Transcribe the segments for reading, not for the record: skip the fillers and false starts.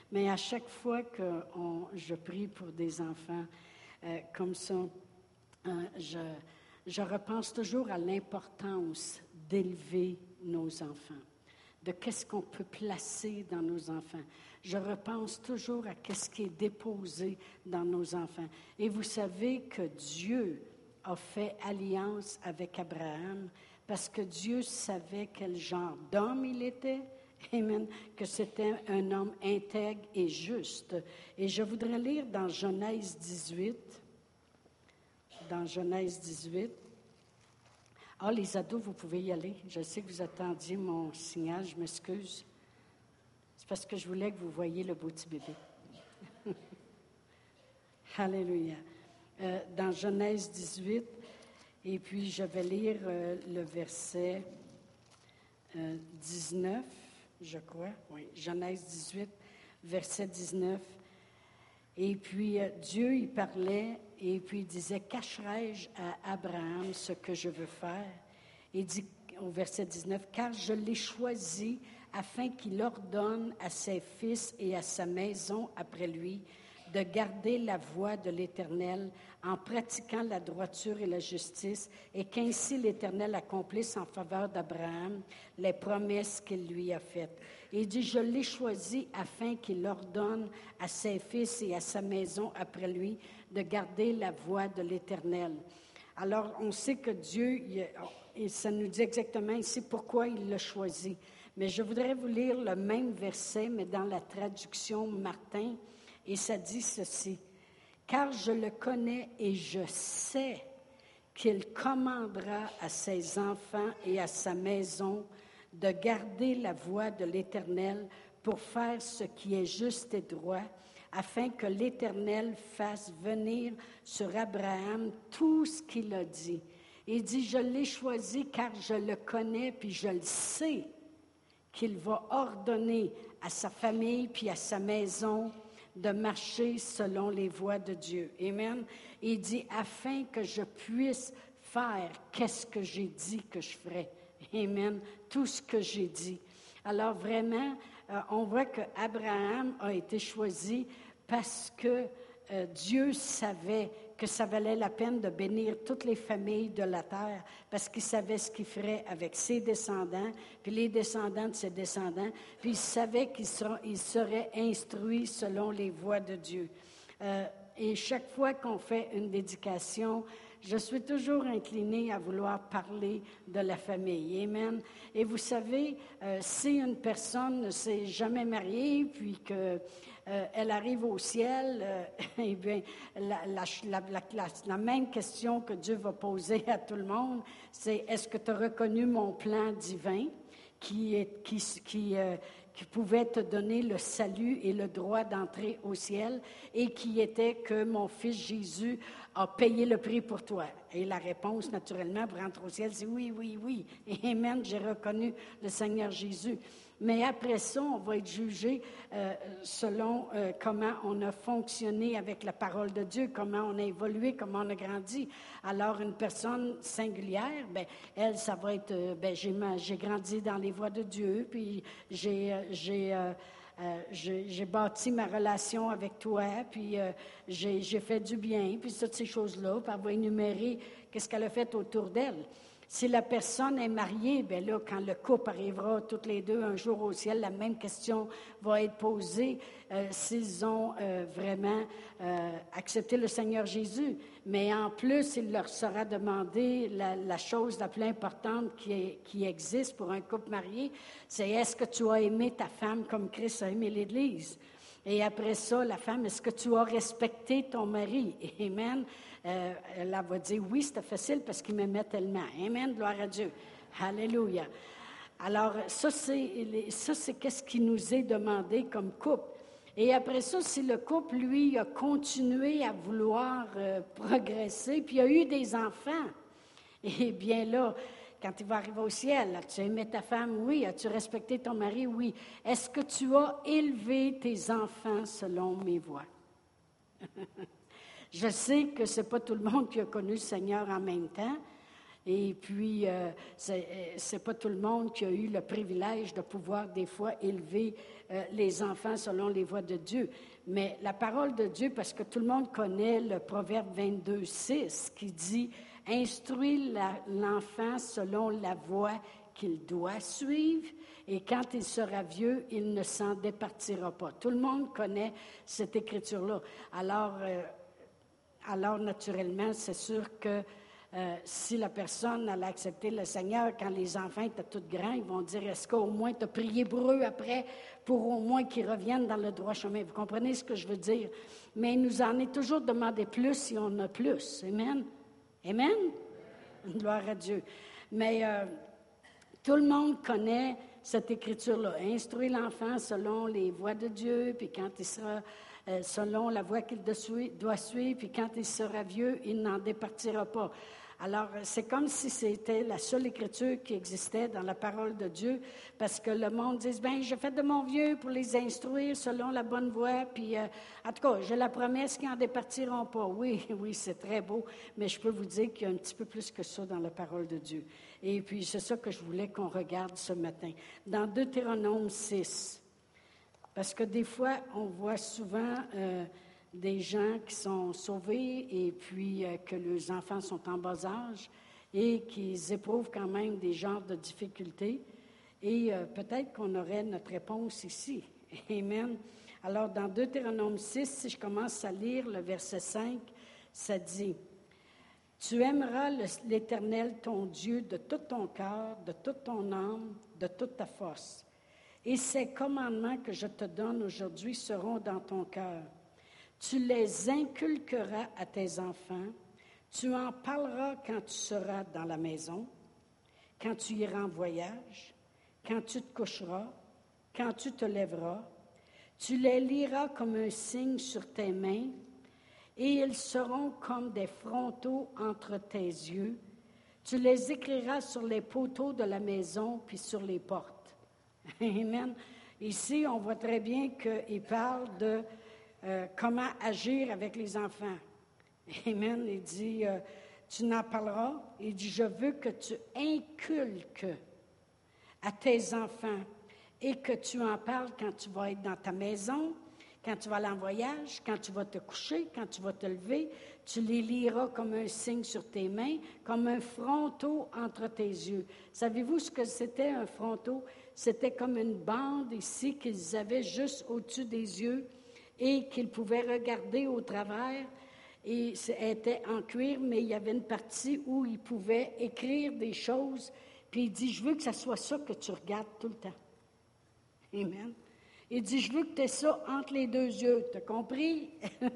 Mais à chaque fois que je prie pour des enfants comme ça, je repense toujours à l'importance d'élever nos enfants, de qu'est-ce qu'on peut placer dans nos enfants. Je repense toujours à qu'est-ce qui est déposé dans nos enfants. Et vous savez que Dieu a fait alliance avec Abraham parce que Dieu savait quel genre d'homme il était. Amen. Que c'était un homme intègre et juste. Et je voudrais lire dans Genèse 18. Dans Genèse 18. Ah, les ados, vous pouvez y aller. Je sais que vous attendiez mon signal, je m'excuse. C'est parce que je voulais que vous voyiez le beau petit bébé. Alléluia. Dans Genèse 18, et puis je vais lire le verset 19, je crois. Oui, Genèse 18, verset 19. Et puis Dieu, il parlait, et puis il disait, « Cacherai-je à Abraham ce que je veux faire? » Il dit au verset 19, « Car je l'ai choisi afin qu'il ordonne à ses fils et à sa maison après lui de garder la voie de l'Éternel en pratiquant la droiture et la justice, et qu'ainsi l'Éternel accomplisse en faveur d'Abraham les promesses qu'il lui a faites. » Et il dit, « Je l'ai choisi afin qu'il ordonne à ses fils et à sa maison après lui de garder la voie de l'Éternel. » Alors, on sait que Dieu, et ça nous dit exactement ici pourquoi il l'a choisi. Mais je voudrais vous lire le même verset, mais dans la traduction Martin, et ça dit ceci. « Car je le connais et je sais qu'il commandera à ses enfants et à sa maison de garder la voie de l'Éternel pour faire ce qui est juste et droit, afin que l'Éternel fasse venir sur Abraham tout ce qu'il a dit. » Il dit, « Je l'ai choisi car je le connais, puis je le sais qu'il va ordonner à sa famille puis à sa maison de marcher selon les voies de Dieu. » Amen. Il dit, « Afin que je puisse faire qu'est-ce que j'ai dit que je ferais. » Amen. Tout ce que j'ai dit. Alors vraiment, on voit qu'Abraham a été choisi parce que Dieu savait que ça valait la peine de bénir toutes les familles de la terre, parce qu'il savait ce qu'il ferait avec ses descendants, puis les descendants de ses descendants, puis il savait qu'il serait instruit selon les voies de Dieu. Et chaque fois qu'on fait une dédication, je suis toujours inclinée à vouloir parler de la famille. Amen. Et vous savez, si une personne ne s'est jamais mariée, puis que elle arrive au ciel, eh bien, la même question que Dieu va poser à tout le monde, c'est, est-ce que tu as reconnu mon plan divin qui pouvait te donner le salut et le droit d'entrer au ciel, et qui était que mon fils Jésus a payé le prix pour toi? Et la réponse, naturellement, pour rentrer au ciel, c'est oui, oui, oui. Et amen, j'ai reconnu le Seigneur Jésus. Mais après ça, on va être jugé selon comment on a fonctionné avec la parole de Dieu, comment on a évolué, comment on a grandi. Alors, une personne singulière, ben, elle, ça va être, j'ai grandi dans les voies de Dieu, puis j'ai bâti ma relation avec toi, puis j'ai fait du bien, puis toutes ces choses-là, puis elle va énumérer qu'est-ce qu'elle a fait autour d'elle. Si la personne est mariée, bien là, quand le couple arrivera toutes les deux un jour au ciel, la même question va être posée s'ils ont vraiment accepté le Seigneur Jésus. Mais en plus, il leur sera demandé la chose la plus importante qui existe pour un couple marié, c'est est-ce que tu as aimé ta femme comme Christ a aimé l'Église? Et après ça, la femme, est-ce que tu as respecté ton mari? Amen. Elle va dire, oui, c'était facile parce qu'il m'aimait tellement. Amen, gloire à Dieu. Alléluia. Alors, ça, c'est qu'est-ce qui nous est demandé comme couple. Et après ça, si le couple, lui, a continué à vouloir progresser, puis il a eu des enfants, eh bien là, quand il va arriver au ciel, as-tu aimé ta femme? Oui. As-tu respecté ton mari? Oui. Est-ce que tu as élevé tes enfants selon mes voies? Je sais que ce n'est pas tout le monde qui a connu le Seigneur en même temps. Et puis, c'est pas tout le monde qui a eu le privilège de pouvoir des fois élever les enfants selon les voies de Dieu. Mais la parole de Dieu, parce que tout le monde connaît le Proverbe 22:6 qui dit « Instruis l'enfant selon la voie qu'il doit suivre, et quand il sera vieux, il ne s'en départira pas. » Tout le monde connaît cette écriture-là. Alors naturellement, c'est sûr que si la personne allait accepter le Seigneur, quand les enfants étaient tous grands, ils vont dire, est-ce qu'au moins tu as prié pour eux après, pour au moins qu'ils reviennent dans le droit chemin? Vous comprenez ce que je veux dire? Mais il nous en est toujours demandé plus si on a plus. Amen? Amen? Gloire à Dieu. Mais tout le monde connaît cette écriture-là. Instruire l'enfant selon les voies de Dieu, puis quand il sera selon la voie qu'il doit suivre, puis quand il sera vieux, il n'en départira pas. Alors, c'est comme si c'était la seule écriture qui existait dans la parole de Dieu, parce que le monde dit, bien, je fais de mon vieux pour les instruire selon la bonne voie, puis en tout cas, j'ai la promesse qu'ils n'en départiront pas. Oui, oui, c'est très beau, mais je peux vous dire qu'il y a un petit peu plus que ça dans la parole de Dieu. Et puis, c'est ça que je voulais qu'on regarde ce matin. Dans Deutéronome 6, parce que des fois, on voit souvent des gens qui sont sauvés et puis que leurs enfants sont en bas âge et qu'ils éprouvent quand même des genres de difficultés. Et peut-être qu'on aurait notre réponse ici. Amen. Alors, dans Deutéronome 6, si je commence à lire le verset 5, ça dit « Tu aimeras l'Éternel, ton Dieu, de tout ton cœur, de toute ton âme, de toute ta force. Et ces commandements que je te donne aujourd'hui seront dans ton cœur. Tu les inculqueras à tes enfants. Tu en parleras quand tu seras dans la maison, quand tu iras en voyage, quand tu te coucheras, quand tu te lèveras. Tu les liras comme un signe sur tes mains, et ils seront comme des frontaux entre tes yeux. Tu les écriras sur les poteaux de la maison puis sur les portes. » Amen. Ici, on voit très bien qu'il parle de comment agir avec les enfants. Amen. Il dit, tu n'en parleras. Il dit, je veux que tu inculques à tes enfants et que tu en parles quand tu vas être dans ta maison, quand tu vas aller en voyage, quand tu vas te coucher, quand tu vas te lever. Tu les liras comme un signe sur tes mains, comme un fronteau entre tes yeux. Savez-vous ce que c'était un fronteau? C'était comme une bande ici qu'ils avaient juste au-dessus des yeux et qu'ils pouvaient regarder au travers. Et c'était en cuir, mais il y avait une partie où ils pouvaient écrire des choses. Puis il dit, je veux que ça soit ça que tu regardes tout le temps. Amen. Il dit, je veux que tu aies ça entre les deux yeux. Tu as compris?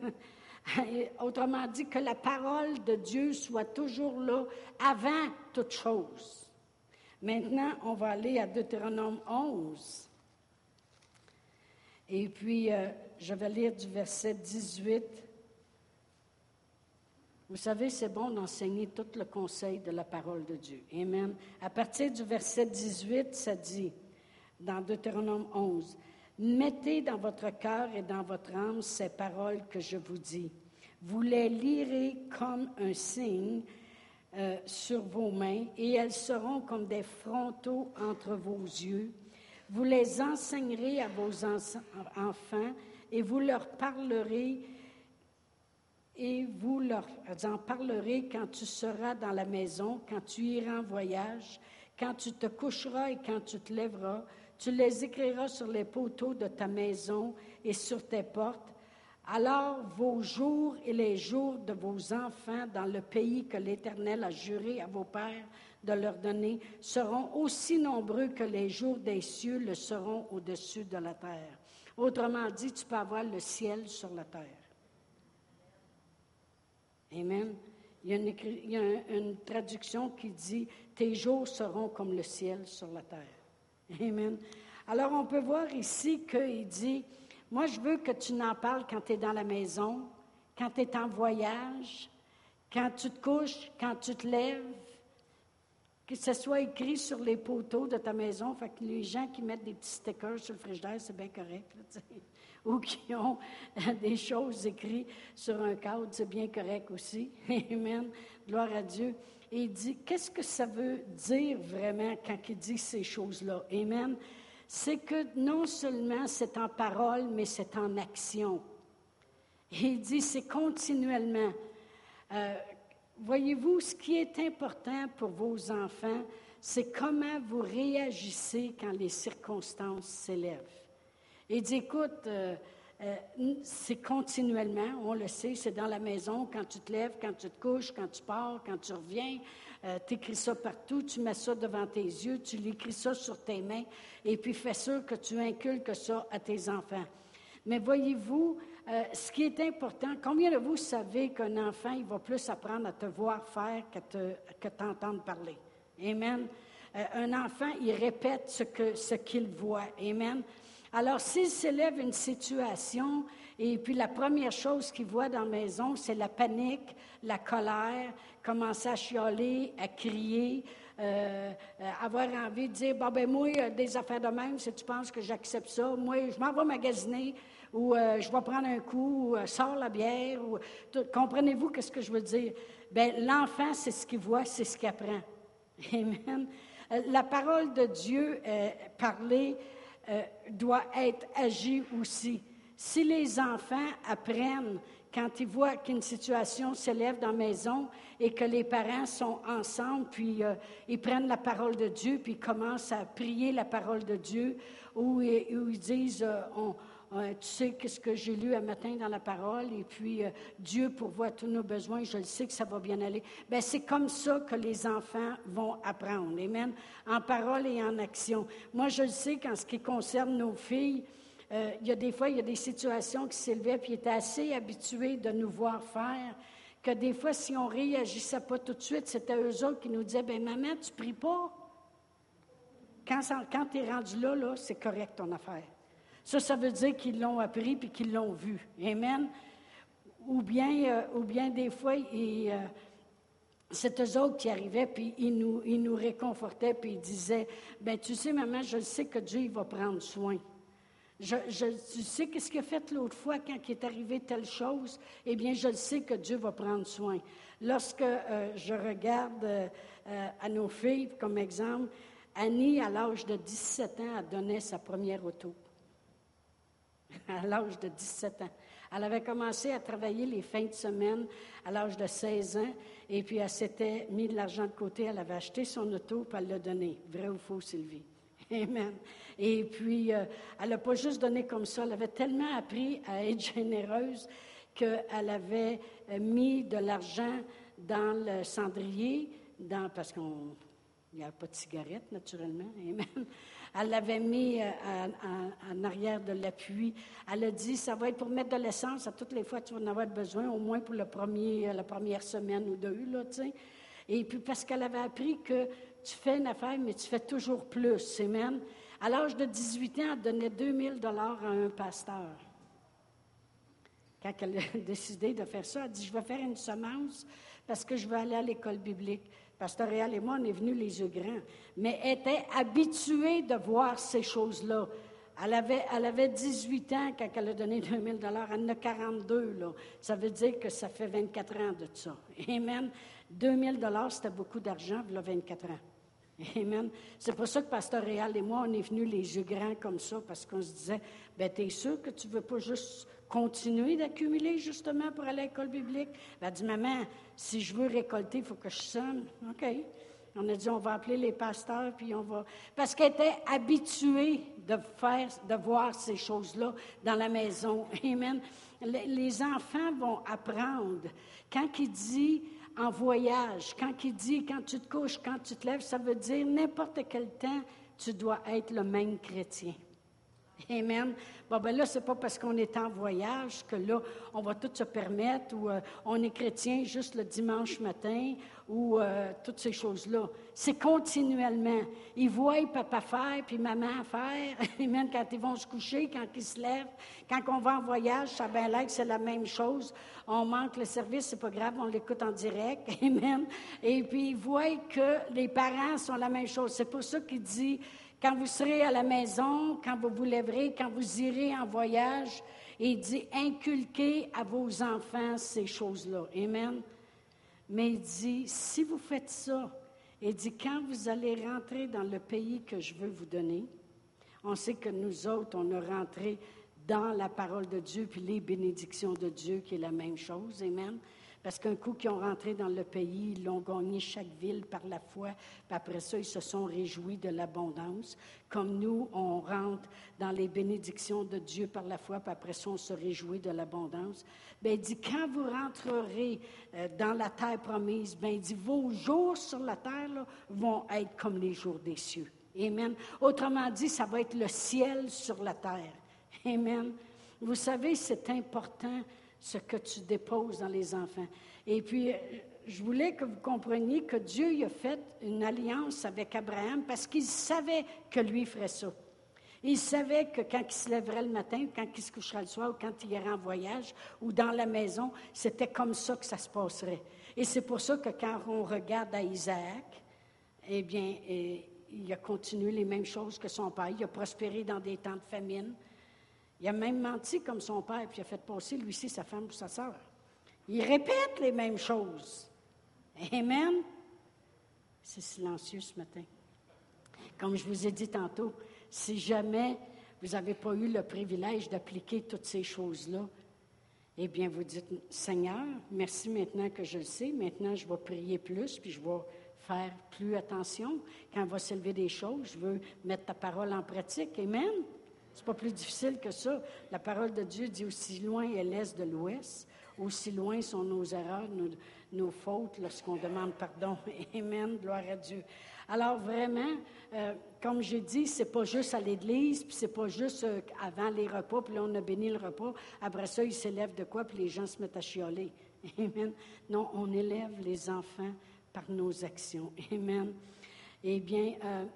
Autrement dit, que la parole de Dieu soit toujours là avant toute chose. Maintenant, on va aller à Deutéronome 11. Et puis, je vais lire du verset 18. Vous savez, c'est bon d'enseigner tout le conseil de la parole de Dieu. Amen. À partir du verset 18, ça dit, dans Deutéronome 11, « Mettez dans votre cœur et dans votre âme ces paroles que je vous dis. Vous les lirez comme un signe sur vos mains, et elles seront comme des frontaux entre vos yeux. Vous les enseignerez à vos enfants, et vous leur parlerez, et vous leur en parlerez quand tu seras dans la maison, quand tu iras en voyage, quand tu te coucheras et quand tu te lèveras. Tu les écriras sur les poteaux de ta maison et sur tes portes. Alors vos jours et les jours de vos enfants dans le pays que l'Éternel a juré à vos pères de leur donner seront aussi nombreux que les jours des cieux le seront au-dessus de la terre. » Autrement dit, tu peux avoir le ciel sur la terre. Amen. Il y a une traduction qui dit « Tes jours seront comme le ciel sur la terre. » Amen. Alors, on peut voir ici qu'il dit « Moi, je veux que tu n'en parles quand tu es dans la maison, quand tu es en voyage, quand tu te couches, quand tu te lèves, que ce soit écrit sur les poteaux de ta maison. » Fait que les gens qui mettent des petits stickers sur le frigidaire, c'est bien correct, là, ou qui ont des choses écrites sur un cadre, c'est bien correct aussi. Amen. Gloire à Dieu. Et il dit, qu'est-ce que ça veut dire vraiment quand il dit ces choses-là? Amen. C'est que non seulement c'est en parole, mais c'est en action. Et il dit, c'est continuellement. Voyez-vous, ce qui est important pour vos enfants, c'est comment vous réagissez quand les circonstances s'élèvent. Il dit, écoute, c'est continuellement, on le sait, c'est dans la maison, quand tu te lèves, quand tu te couches, quand tu pars, quand tu reviens, tu écris ça partout, tu mets ça devant tes yeux, tu l'écris ça sur tes mains, et puis fais sûr que tu inculques ça à tes enfants. Mais voyez-vous, ce qui est important, combien de vous savez qu'un enfant, il va plus apprendre à te voir faire que t'entendre parler? Amen. Un enfant, il répète ce qu'il voit. Amen. Alors, s'il s'élève une situation, et puis la première chose qu'il voit dans la maison, c'est la panique, la colère, commencer à chialer, à crier, avoir envie de dire, bon, ben moi, des affaires de même, si tu penses que j'accepte ça, moi, je m'en vais magasiner, ou je vais prendre un coup, ou sors la bière, ou comprenez-vous qu'est-ce que je veux dire? Bien, l'enfant, c'est ce qu'il voit, c'est ce qu'il apprend. Amen. La parole de Dieu parlée doit être agie aussi. Si les enfants apprennent, quand ils voient qu'une situation s'élève dans la maison et que les parents sont ensemble, puis ils prennent la parole de Dieu, puis ils commencent à prier la parole de Dieu, où ils disent, tu sais qu'est-ce que j'ai lu un matin dans la parole, et puis Dieu pourvoit tous nos besoins, je le sais que ça va bien aller. Bien, c'est comme ça que les enfants vont apprendre, amen, en parole et en action. Moi, je le sais qu'en ce qui concerne nos filles, il y a des situations qui s'élevaient, puis ils étaient assez habitués de nous voir faire, que des fois, si on ne réagissait pas tout de suite, c'était eux autres qui nous disaient, bien, maman, tu ne pries pas? Quand tu es rendu là, c'est correct ton affaire. Ça veut dire qu'ils l'ont appris puis qu'ils l'ont vu. Amen. Ou bien des fois, c'est eux autres qui arrivaient puis ils nous réconfortaient puis ils disaient, bien, tu sais, maman, je sais que Dieu il va prendre soin. Tu sais qu'est-ce qu'il a fait l'autre fois quand il est arrivé telle chose? Eh bien, je le sais que Dieu va prendre soin. Lorsque je regarde à nos filles, comme exemple, Annie, à l'âge de 17 ans, a donné sa première auto. À l'âge de 17 ans. Elle avait commencé à travailler les fins de semaine à l'âge de 16 ans, et puis elle s'était mis de l'argent de côté, elle avait acheté son auto, puis elle l'a donné. Vrai ou faux, Sylvie? Amen. Et puis, elle n'a pas juste donné comme ça, elle avait tellement appris à être généreuse qu'elle avait mis de l'argent dans le cendrier, parce qu'il n'y a pas de cigarette, naturellement. Amen. Elle l'avait mis en arrière de l'appui. Elle a dit, ça va être pour mettre de l'essence à toutes les fois que tu vas en avoir besoin, au moins pour la première semaine ou deux, là, tu sais. Et puis, parce qu'elle avait appris que tu fais une affaire, mais tu fais toujours plus. Amen. À l'âge de 18 ans, elle donnait 2000 $ à un pasteur. Quand elle a décidé de faire ça, elle dit, je vais faire une semence parce que je veux aller à l'école biblique. Pasteur Réal et moi, on est venus les yeux grands. Mais elle était habituée de voir ces choses-là. Elle avait 18 ans quand elle a donné 2000 $. Elle en a 42, là. Ça veut dire que ça fait 24 ans de ça. Amen. 2000 $, c'était beaucoup d'argent, il y a 24 ans. Amen. C'est pour ça que Pasteur Réal et moi, on est venus les yeux grands comme ça, parce qu'on se disait, bien, t'es sûr que tu ne veux pas juste continuer d'accumuler, justement, pour aller à l'école biblique? Elle a dit, maman, si je veux récolter, il faut que je sème. OK. On a dit, on va appeler les pasteurs, puis on va... Parce qu'elle était habituée de voir ces choses-là dans la maison. Amen. Les enfants vont apprendre. Quand il dit en voyage, quand il dit quand tu te couches, quand tu te lèves, ça veut dire n'importe quel temps, tu dois être le même chrétien. Amen. Bon, ben là, c'est pas parce qu'on est en voyage que là, on va tout se permettre, ou on est chrétien juste le dimanche matin, ou toutes ces choses-là. C'est continuellement. Ils voient papa faire, puis maman faire. Amen. Quand ils vont se coucher, quand ils se lèvent, quand on va en voyage, ça a bien l'air que c'est la même chose. On manque le service, c'est pas grave, on l'écoute en direct. Amen. Et puis, ils voient que les parents sont la même chose. C'est pour ça qu'il dit... Quand vous serez à la maison, quand vous vous lèverez, quand vous irez en voyage, il dit, inculquez à vos enfants ces choses-là. Amen. Mais il dit, si vous faites ça, il dit, quand vous allez rentrer dans le pays que je veux vous donner, on sait que nous autres, on a rentré dans la parole de Dieu, puis les bénédictions de Dieu, qui est la même chose, amen. Parce qu'un coup qu'ils ont rentré dans le pays, ils l'ont gagné chaque ville par la foi, puis après ça, ils se sont réjouis de l'abondance. Comme nous, on rentre dans les bénédictions de Dieu par la foi, puis après ça, on se réjouit de l'abondance. Bien, il dit, quand vous rentrerez dans la terre promise, bien, il dit, vos jours sur la terre là, vont être comme les jours des cieux. Amen. Autrement dit, ça va être le ciel sur la terre. Amen. Vous savez, c'est important ce que tu déposes dans les enfants. Et puis, je voulais que vous compreniez que Dieu il a fait une alliance avec Abraham parce qu'il savait que lui ferait ça. Il savait que quand il se lèverait le matin, ou quand il se coucherait le soir, ou quand il irait en voyage, ou dans la maison, c'était comme ça que ça se passerait. Et c'est pour ça que quand on regarde à Isaac, eh bien, il a continué les mêmes choses que son père. Il a prospéré dans des temps de famine. Il a même menti comme son père, puis il a fait passer, lui aussi, sa femme ou sa sœur. Il répète les mêmes choses. Amen. C'est silencieux ce matin. Comme je vous ai dit tantôt, si jamais vous n'avez pas eu le privilège d'appliquer toutes ces choses-là, eh bien, vous dites, Seigneur, merci maintenant que je le sais. Maintenant, je vais prier plus, puis je vais faire plus attention. Quand va s'élever des choses, je veux mettre ta parole en pratique. Amen. C'est pas plus difficile que ça. La parole de Dieu dit aussi loin est l'est de l'ouest, aussi loin sont nos erreurs, nos fautes lorsqu'on demande pardon. Amen, gloire à Dieu. Alors vraiment, comme j'ai dit, c'est pas juste à l'église, puis c'est pas juste avant les repas, puis là on a béni le repas. Après ça, ils s'élèvent de quoi, puis les gens se mettent à chialer. Amen. Non, on élève les enfants par nos actions. Amen. Eh bien,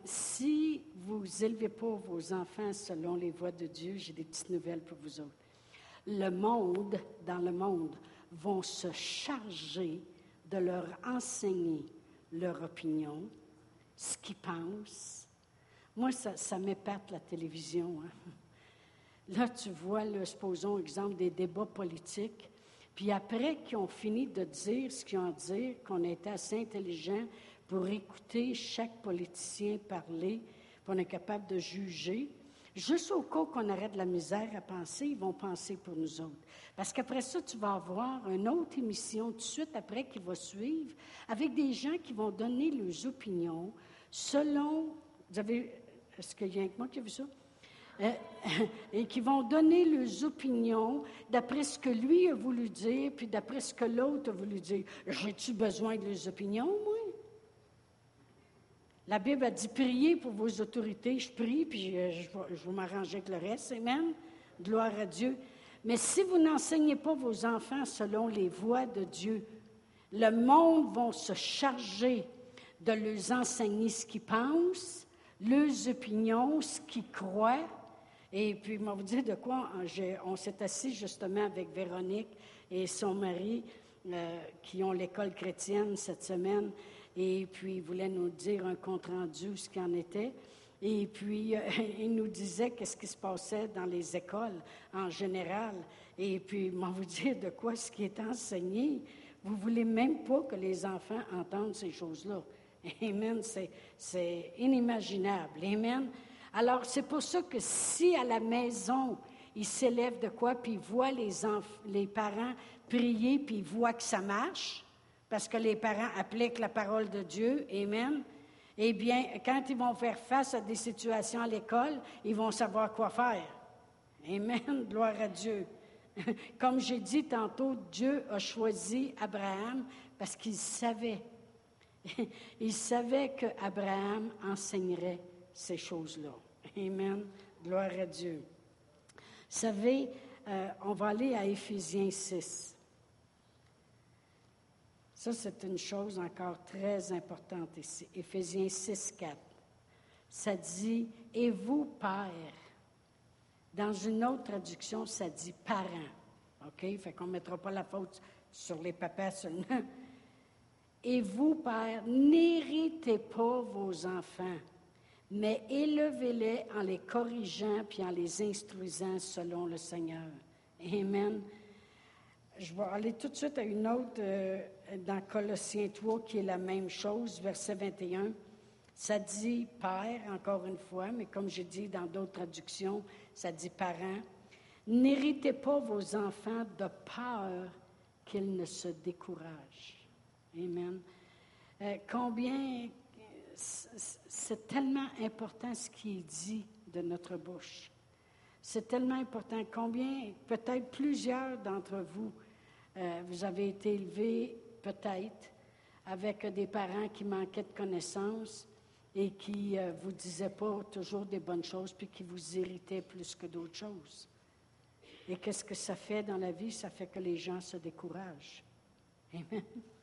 si vous élevez pas vos enfants selon les voies de Dieu, j'ai des petites nouvelles pour vous autres. Dans le monde, vont se charger de leur enseigner leur opinion, ce qu'ils pensent. Moi, ça m'épate la télévision. Hein? Là, tu vois, là, supposons, exemple, des débats politiques, puis après qu'ils ont fini de dire ce qu'ils ont à dire, qu'on a été assez intelligent pour écouter chaque politicien parler, puis on est capable de juger. Juste au cas qu'on aurait de la misère à penser, ils vont penser pour nous autres. Parce qu'après ça, tu vas avoir une autre émission tout de suite après qui va suivre, avec des gens qui vont donner leurs opinions selon... Est-ce qu'il y a que moi qui a vu ça? Et qui vont donner leurs opinions d'après ce que lui a voulu dire, puis d'après ce que l'autre a voulu dire. J'ai-tu besoin de leurs opinions, moi? La Bible a dit, priez pour vos autorités. Je prie, puis je vais m'arranger avec le reste. Amen. Gloire à Dieu. Mais si vous n'enseignez pas vos enfants selon les voies de Dieu, le monde va se charger de leur enseigner ce qu'ils pensent, leurs opinions, ce qu'ils croient. Et puis, je vais vous dire de quoi. On s'est assis justement avec Véronique et son mari qui ont l'école chrétienne cette semaine. Et puis, il voulait nous dire un compte-rendu, ce qu'il en était. Et puis, il nous disait qu'est-ce qui se passait dans les écoles en général. Et puis, je vais vous dire de quoi ce qui est enseigné. Vous ne voulez même pas que les enfants entendent ces choses-là. Amen. C'est inimaginable. Amen. Alors, c'est pour ça que si à la maison, ils s'élèvent de quoi, puis ils voient les parents prier, puis ils voient que ça marche, parce que les parents appliquent la parole de Dieu, amen, eh bien, quand ils vont faire face à des situations à l'école, ils vont savoir quoi faire. Amen, gloire à Dieu. Comme j'ai dit tantôt, Dieu a choisi Abraham parce qu'il savait. Il savait qu'Abraham enseignerait ces choses-là. Amen, gloire à Dieu. Vous savez, on va aller à Éphésiens 6. Ça, c'est une chose encore très importante ici. Éphésiens 6, 4. Ça dit « Et vous, pères ». Dans une autre traduction, ça dit « parents ». OK? Fait qu'on ne mettra pas la faute sur les papas seulement. « Et vous, pères, n'héritez pas vos enfants, mais élevez-les en les corrigeant puis en les instruisant selon le Seigneur. » Amen. je vais aller tout de suite à une autre dans Colossiens 3 qui est la même chose, verset 21. Ça dit père, encore une fois, mais comme j'ai dit dans d'autres traductions, ça dit parents. N'héritez pas vos enfants de peur qu'ils ne se découragent. Amen. Combien c'est tellement important ce qui est dit de notre bouche. C'est tellement important. Combien, peut-être plusieurs d'entre vous, vous avez été élevés, peut-être, avec des parents qui manquaient de connaissances et qui ne vous disaient pas toujours des bonnes choses, puis qui vous irritaient plus que d'autres choses. Et qu'est-ce que ça fait dans la vie? Ça fait que les gens se découragent. Amen.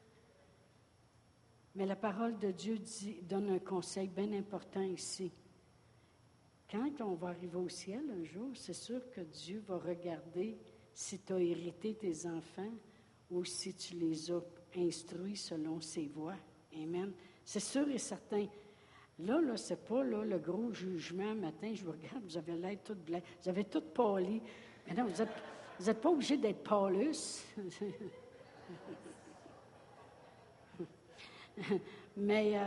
Mais la parole de Dieu donne un conseil bien important ici. Quand on va arriver au ciel un jour, c'est sûr que Dieu va regarder si tu as hérité tes enfants ou si tu les as instruits selon ses voies. Amen. C'est sûr et certain. Là, c'est pas le gros jugement. Matin, je vous regarde, vous avez l'air toute blanche. Vous avez toute pâli. Mais non, vous n'êtes pas obligé d'être pâlus. mais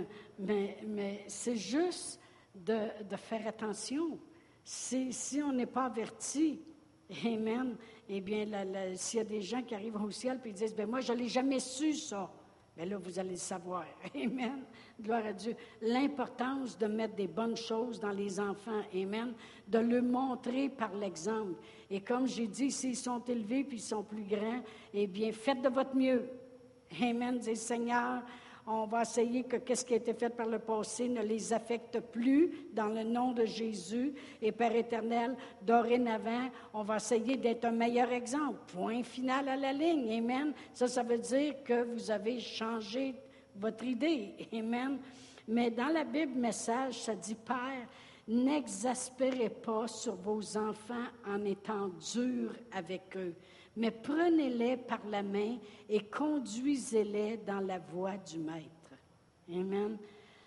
c'est juste de faire attention. Si on n'est pas averti, amen, eh bien, s'il y a des gens qui arrivent au ciel et disent, moi, je ne l'ai jamais su, ça. Bien là, vous allez le savoir. Amen. Gloire à Dieu. L'importance de mettre des bonnes choses dans les enfants. Amen. De le montrer par l'exemple. Et comme j'ai dit, s'ils sont élevés puis ils sont plus grands, eh bien, faites de votre mieux. Amen. Dis, Seigneur, on va essayer que ce qui a été fait par le passé ne les affecte plus dans le nom de Jésus. Et Père éternel, dorénavant, on va essayer d'être un meilleur exemple. Point final à la ligne. Amen. Ça veut dire que vous avez changé votre idée. Amen. Mais dans la Bible Message, ça dit, Père, n'exaspérez pas sur vos enfants en étant dur avec eux, mais prenez-les par la main et conduisez-les dans la voie du Maître. Amen.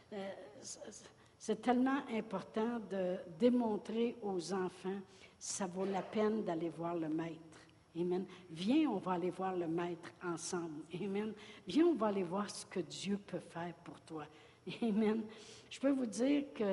C'est tellement important de démontrer aux enfants, ça vaut la peine d'aller voir le Maître. Amen. Viens, on va aller voir le Maître ensemble. Amen. Viens, on va aller voir ce que Dieu peut faire pour toi. Amen. Je peux vous dire que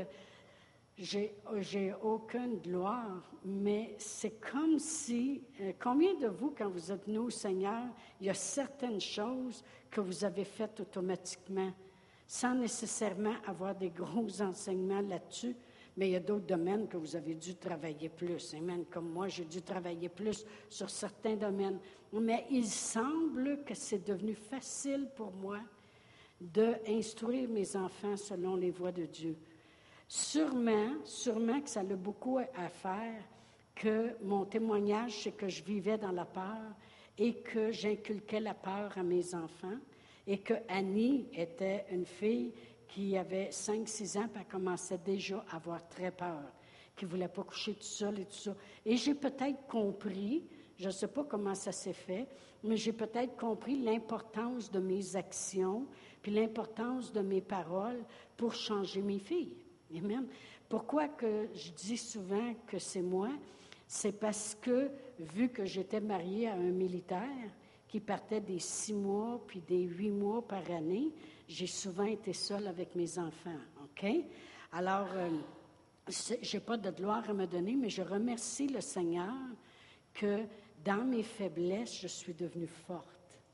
j'ai aucune gloire, mais c'est comme si, combien de vous, quand vous êtes venu au Seigneur, il y a certaines choses que vous avez faites automatiquement, sans nécessairement avoir des gros enseignements là-dessus, mais il y a d'autres domaines que vous avez dû travailler plus. Amen. Comme moi, j'ai dû travailler plus sur certains domaines. Mais il semble que c'est devenu facile pour moi d'instruire mes enfants selon les voies de Dieu. Sûrement que ça a beaucoup à faire que mon témoignage, c'est que je vivais dans la peur et que j'inculquais la peur à mes enfants et que Annie était une fille qui avait 5-6 ans, puis elle commençait déjà à avoir très peur, qui ne voulait pas coucher toute seule et tout ça. Et j'ai peut-être compris, je ne sais pas comment ça s'est fait, mais j'ai peut-être compris l'importance de mes actions puis l'importance de mes paroles pour changer mes filles. Amen. Pourquoi que je dis souvent que c'est moi? C'est parce que, vu que j'étais mariée à un militaire qui partait des 6 mois puis des 8 mois par année, j'ai souvent été seule avec mes enfants. OK? Alors, je n'ai pas de gloire à me donner, mais je remercie le Seigneur que dans mes faiblesses, je suis devenue forte.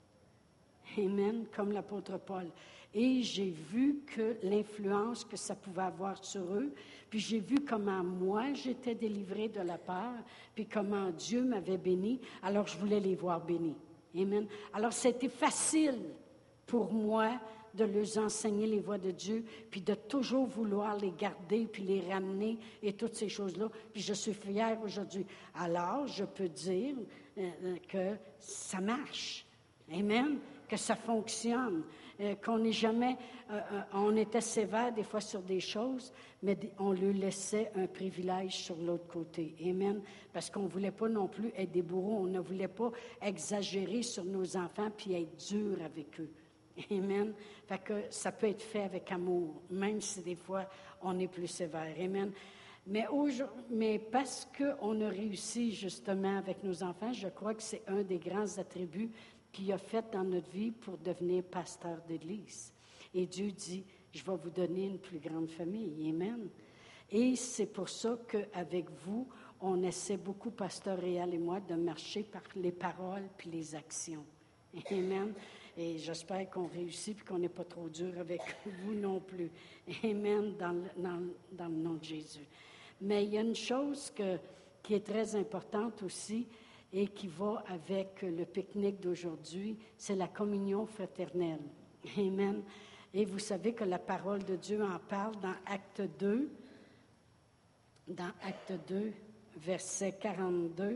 Amen, comme l'apôtre Paul. Et j'ai vu que l'influence que ça pouvait avoir sur eux, puis j'ai vu comment moi j'étais délivrée de la peur, puis comment Dieu m'avait bénie, alors je voulais les voir bénis. Amen. Alors c'était facile pour moi de leur enseigner les voies de Dieu, puis de toujours vouloir les garder, puis les ramener, et toutes ces choses-là. Puis je suis fière aujourd'hui. Alors, je peux dire que ça marche. Amen. Que ça fonctionne. Qu'on n'est jamais... on était sévère des fois sur des choses, mais on lui laissait un privilège sur l'autre côté. Amen. Parce qu'on ne voulait pas non plus être des bourreaux. On ne voulait pas exagérer sur nos enfants puis être dur avec eux. Amen. Fait que ça peut être fait avec amour, même si des fois on est plus sévère. Amen. Mais parce qu'on a réussi justement avec nos enfants, je crois que c'est un des grands attributs qu'il a fait dans notre vie pour devenir pasteur d'église. Et Dieu dit, je vais vous donner une plus grande famille. Amen. Et c'est pour ça qu'avec vous, on essaie beaucoup, Pasteur Réal et moi, de marcher par les paroles puis les actions. Amen. Et j'espère qu'on réussit et qu'on n'est pas trop dur avec vous non plus. Amen, dans le nom de Jésus. Mais il y a une chose qui est très importante aussi et qui va avec le pique-nique d'aujourd'hui, c'est la communion fraternelle. Amen. Et vous savez que la parole de Dieu en parle dans Acte 2, verset 42.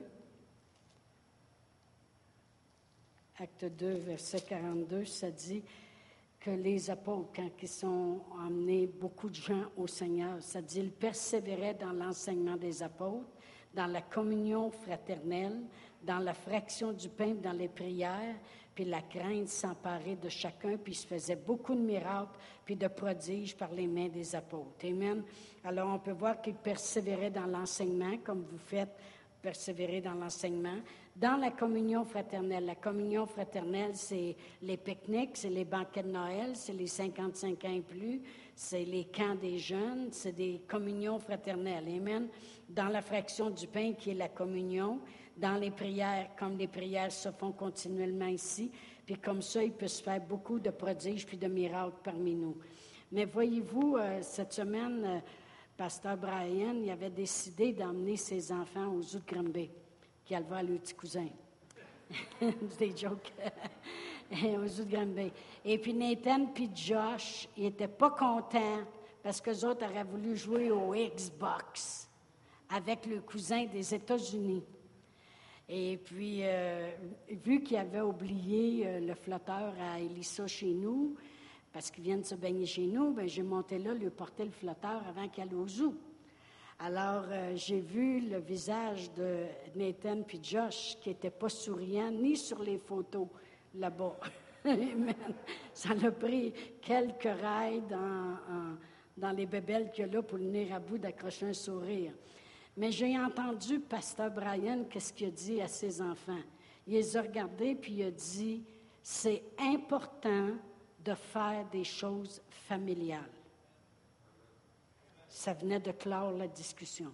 Acte 2, verset 42, ça dit que les apôtres, quand ils sont emmenés beaucoup de gens au Seigneur, ça dit ils persévéraient dans l'enseignement des apôtres, dans la communion fraternelle, dans la fraction du pain, dans les prières, puis la crainte s'emparait de chacun, puis il se faisait beaucoup de miracles, puis de prodiges par les mains des apôtres. Amen. Alors, on peut voir qu'ils persévéraient dans l'enseignement, comme vous faites, persévérer dans l'enseignement. Dans la communion fraternelle, la communion fraternelle, c'est les pique-niques, c'est les banquets de Noël, c'est les 55 ans et plus, c'est les camps des jeunes, c'est des communions fraternelles. Amen. Dans la fraction du pain, qui est la communion, dans les prières, comme les prières se font continuellement ici, puis comme ça, il peut se faire beaucoup de prodiges puis de miracles parmi nous. Mais voyez-vous, cette semaine, Pasteur Brian, il avait décidé d'emmener ses enfants aux zoo de Granby, qui allaient voir le petit cousin. C'est des jokes. Aux zoo de Granby. Et puis Nathan puis Josh, ils n'étaient pas contents parce qu'eux autres auraient voulu jouer au Xbox avec le cousin des États-Unis. Et puis, vu qu'ils avaient oublié le flotteur à Elissa chez nous, parce qu'ils viennent se baigner chez nous, bien, j'ai monté là, lui porter le flotteur avant qu'il aille au zoo. Alors, j'ai vu le visage de Nathan puis Josh qui n'était pas souriant, ni sur les photos là-bas. Ça l'a pris quelques rails dans les bébelles qu'il y a là pour le venir à bout d'accrocher un sourire. Mais j'ai entendu Pasteur Brian, qu'est-ce qu'il a dit à ses enfants. Il les a regardés, puis il a dit, c'est important de faire des choses familiales. Ça venait de clore la discussion.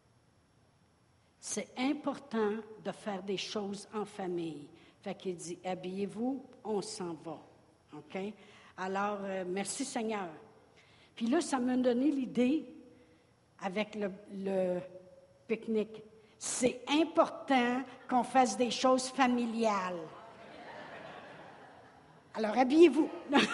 C'est important de faire des choses en famille. Fait qu'il dit, habillez-vous, on s'en va. OK? Alors, merci Seigneur. Puis là, ça m'a donné l'idée avec le pique-nique. C'est important qu'on fasse des choses familiales. Alors, habillez-vous.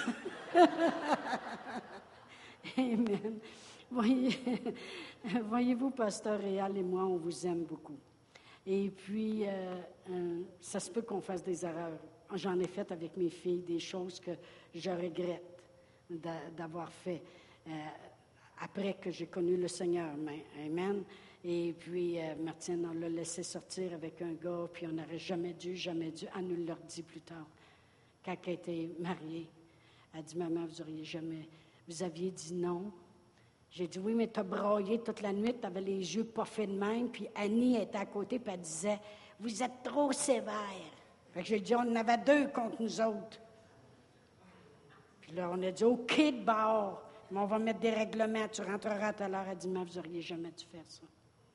Amen. Voyez-vous, Pasteur Réal et moi, on vous aime beaucoup. Et puis, ça se peut qu'on fasse des erreurs. J'en ai fait avec mes filles des choses que je regrette d'avoir fait après que j'ai connu le Seigneur. Amen. Et puis, Martine, on l'a laissé sortir avec un gars, puis on n'aurait jamais dû. Elle nous l'a dit plus tard. Quand elle était mariée, elle dit, maman, vous aviez dit non. J'ai dit, oui, mais tu as braillé toute la nuit, tu avais les yeux pas faits de même, puis Annie était à côté, puis elle disait, vous êtes trop sévère. Fait que j'ai dit, on en avait 2 contre nous autres. Puis là, on a dit, OK, de bord, mais on va mettre des règlements, tu rentreras à telle heure. Elle dit, mais vous n'auriez jamais dû faire ça.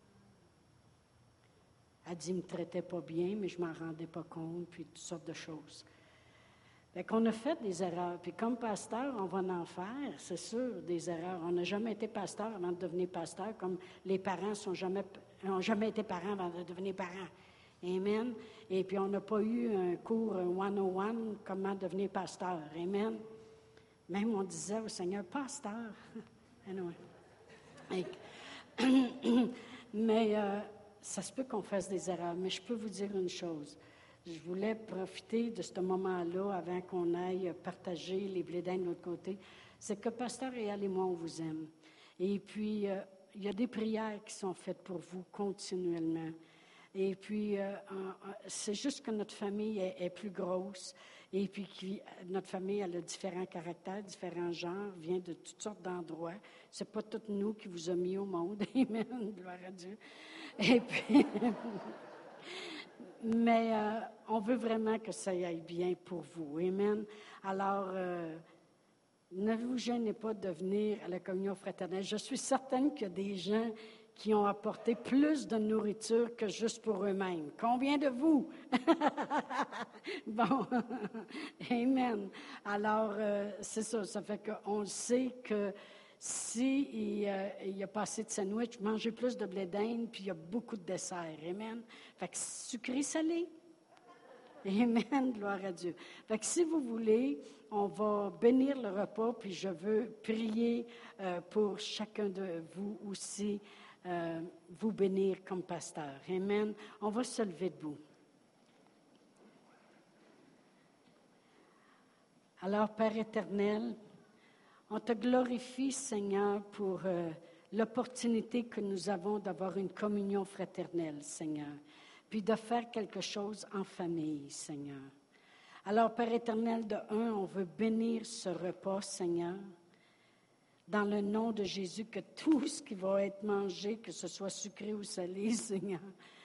Elle dit, il ne me traitait pas bien, mais je ne m'en rendais pas compte, puis toutes sortes de choses. Fait qu'on a fait des erreurs. Puis comme pasteur, on va en faire, c'est sûr, des erreurs. On n'a jamais été pasteur avant de devenir pasteur, comme les parents n'ont jamais été parents avant de devenir parents. Amen. Et puis on n'a pas eu un cours 101, comment devenir pasteur. Amen. Même on disait au Seigneur, pasteur. Anyway. Mais ça se peut qu'on fasse des erreurs. Mais je peux vous dire une chose. Je voulais profiter de ce moment-là avant qu'on aille partager les blés d'Inde de l'autre côté. C'est que Pasteur Réal et moi, on vous aime. Et puis, il y a des prières qui sont faites pour vous continuellement. Et puis, c'est juste que notre famille est plus grosse. Et puis, notre famille, elle a différents caractères, différents genres, vient de toutes sortes d'endroits. C'est pas toutes nous qui vous a mis au monde. Amen, gloire à Dieu. Et puis, mais on veut vraiment que ça aille bien pour vous. Amen. Alors, ne vous gênez pas de venir à la communion fraternelle. Je suis certaine qu'il y a des gens qui ont apporté plus de nourriture que juste pour eux-mêmes. Combien de vous? Bon, amen. Alors, c'est ça. Ça fait qu'on sait que si il y a pas assez de sandwich, mangez plus de blé d'Inde, puis il y a beaucoup de desserts. Amen. Fait que sucré-salé. Amen, gloire à Dieu. Fait que si vous voulez, on va bénir le repas, puis je veux prier pour chacun de vous aussi, vous bénir comme pasteur. Amen. On va se lever debout. Alors, Père éternel, on te glorifie, Seigneur, pour l'opportunité que nous avons d'avoir une communion fraternelle, Seigneur, puis de faire quelque chose en famille, Seigneur. Alors, Père éternel, de un, on veut bénir ce repas, Seigneur, dans le nom de Jésus, que tout ce qui va être mangé, que ce soit sucré ou salé, Seigneur,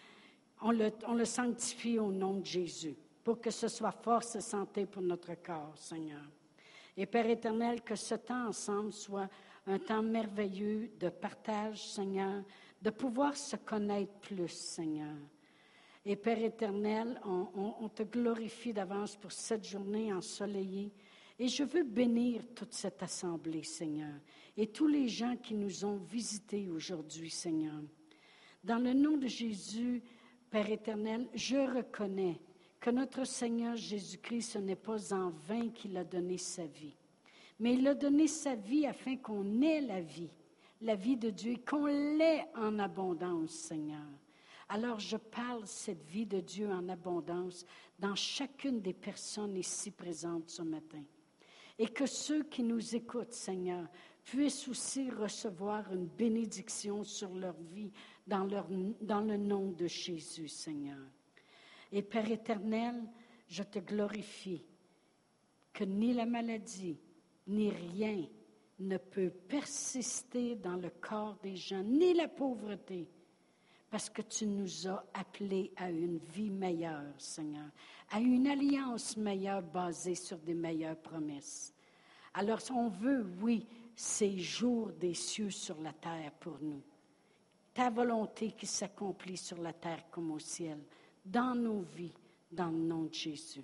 on le sanctifie au nom de Jésus, pour que ce soit force et santé pour notre corps, Seigneur. Et Père éternel, que ce temps ensemble soit un temps merveilleux de partage, Seigneur, de pouvoir se connaître plus, Seigneur. Et Père éternel, on te glorifie d'avance pour cette journée ensoleillée. Et je veux bénir toute cette assemblée, Seigneur, et tous les gens qui nous ont visités aujourd'hui, Seigneur. Dans le nom de Jésus, Père éternel, je reconnais que notre Seigneur Jésus-Christ, ce n'est pas en vain qu'il a donné sa vie. Mais il a donné sa vie afin qu'on ait la vie de Dieu, et qu'on l'ait en abondance, Seigneur. Alors je parle cette vie de Dieu en abondance dans chacune des personnes ici présentes ce matin. Et que ceux qui nous écoutent, Seigneur, puissent aussi recevoir une bénédiction sur leur vie dans le nom de Jésus, Seigneur. Et Père éternel, je te glorifie que ni la maladie, ni rien ne peut persister dans le corps des gens, ni la pauvreté, parce que tu nous as appelés à une vie meilleure, Seigneur, à une alliance meilleure basée sur des meilleures promesses. Alors, on veut, oui, ces jours des cieux sur la terre pour nous. Ta volonté qui s'accomplit sur la terre comme au ciel, dans nos vies, dans le nom de Jésus.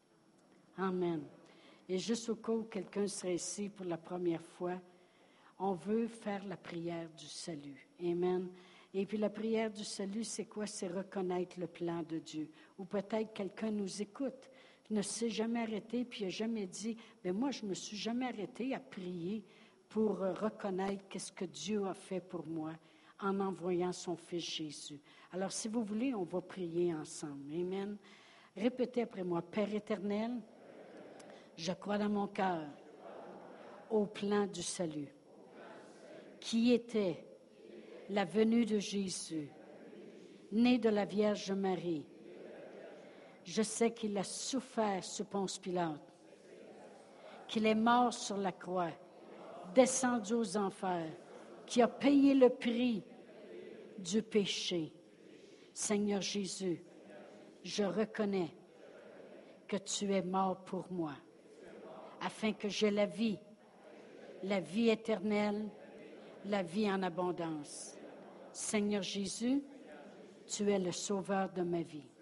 Amen. Et juste au cas où quelqu'un serait ici pour la première fois, on veut faire la prière du salut. Amen. Et puis la prière du salut, c'est quoi? C'est reconnaître le plan de Dieu. Ou peut-être quelqu'un nous écoute, ne s'est jamais arrêté, puis n'a jamais dit, mais moi, je ne me suis jamais arrêté à prier pour reconnaître qu'est-ce que Dieu a fait pour moi en envoyant son Fils Jésus. Alors, si vous voulez, on va prier ensemble. Amen. Répétez après moi. Père éternel, je crois dans mon cœur au plan du salut, qui était la venue de Jésus, né de la Vierge Marie. Je sais qu'il a souffert sous Ponce Pilate, qu'il est mort sur la croix, descendu aux enfers, qui a payé le prix du péché. Seigneur Jésus, je reconnais que tu es mort pour moi, afin que j'aie la vie éternelle, la vie en abondance. Seigneur Jésus, tu es le sauveur de ma vie.